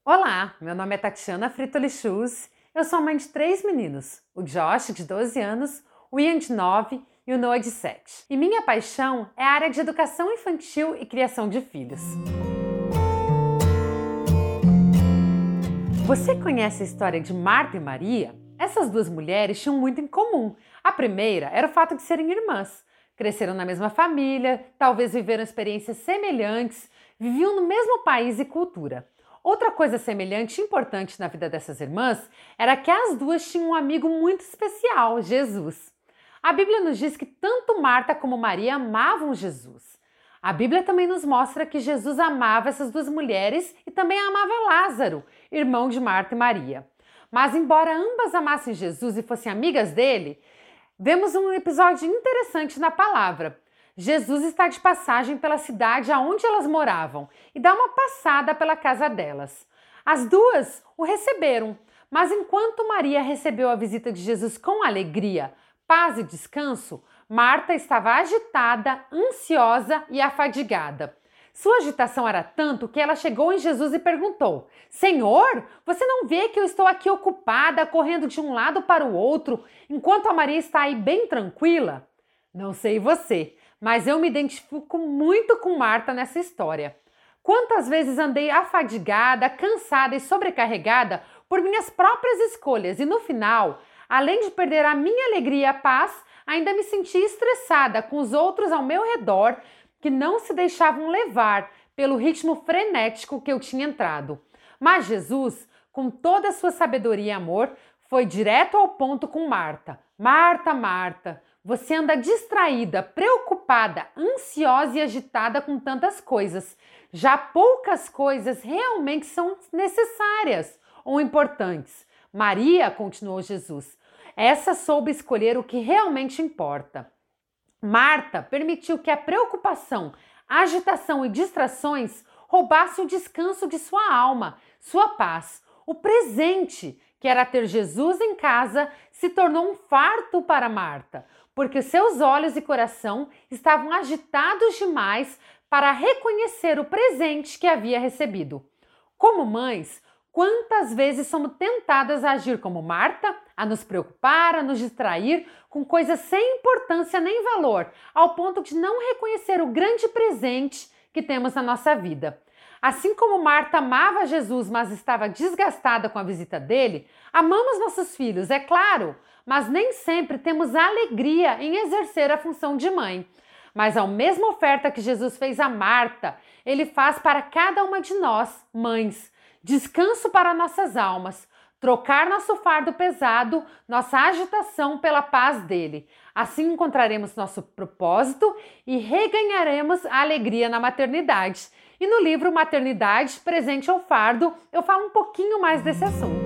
Olá, meu nome é Tatiana Fritoli Schulz, eu sou mãe de 3 meninos, o Josh, de 12 anos, o Ian, de 9 e o Noah, de 7. E minha paixão é a área de educação infantil e criação de filhos. Você conhece a história de Marta e Maria? Essas duas mulheres tinham muito em comum. A primeira era o fato de serem irmãs. Cresceram na mesma família, talvez viveram experiências semelhantes, viviam no mesmo país e cultura. Outra coisa semelhante e importante na vida dessas irmãs era que as duas tinham um amigo muito especial, Jesus. A Bíblia nos diz que tanto Marta como Maria amavam Jesus. A Bíblia também nos mostra que Jesus amava essas duas mulheres e também amava Lázaro, irmão de Marta e Maria. Mas embora ambas amassem Jesus e fossem amigas dele, vemos um episódio interessante na palavra. Jesus está de passagem pela cidade aonde elas moravam e dá uma passada pela casa delas. As duas o receberam, mas enquanto Maria recebeu a visita de Jesus com alegria, paz e descanso, Marta estava agitada, ansiosa e afadigada. Sua agitação era tanto que ela chegou em Jesus e perguntou: Senhor, você não vê que eu estou aqui ocupada, correndo de um lado para o outro, enquanto a Maria está aí bem tranquila? Não sei você, mas eu me identifico muito com Marta nessa história. Quantas vezes andei afadigada, cansada e sobrecarregada por minhas próprias escolhas e no final, além de perder a minha alegria e a paz, ainda me senti estressada com os outros ao meu redor que não se deixavam levar pelo ritmo frenético que eu tinha entrado. Mas Jesus, com toda a sua sabedoria e amor, foi direto ao ponto com Marta. Marta, Marta, você anda distraída, preocupada, ansiosa e agitada com tantas coisas. Já poucas coisas realmente são necessárias ou importantes. Maria, continuou Jesus, essa soube escolher o que realmente importa. Marta permitiu que a preocupação, agitação e distrações roubassem o descanso de sua alma, sua paz. O presente, que era ter Jesus em casa, se tornou um fardo para Marta, porque seus olhos e coração estavam agitados demais para reconhecer o presente que havia recebido. Como mães, quantas vezes somos tentadas a agir como Marta, a nos preocupar, a nos distrair com coisas sem importância nem valor, ao ponto de não reconhecer o grande presente que temos na nossa vida. Assim como Marta amava Jesus, mas estava desgastada com a visita dele, amamos nossos filhos, é claro, mas nem sempre temos alegria em exercer a função de mãe. Mas a mesma oferta que Jesus fez a Marta, ele faz para cada uma de nós, mães. Descanso para nossas almas, trocar nosso fardo pesado, nossa agitação pela paz dele. Assim encontraremos nosso propósito e reganharemos a alegria na maternidade. E no livro Maternidade, Presente ou Fardo, eu falo um pouquinho mais desse assunto.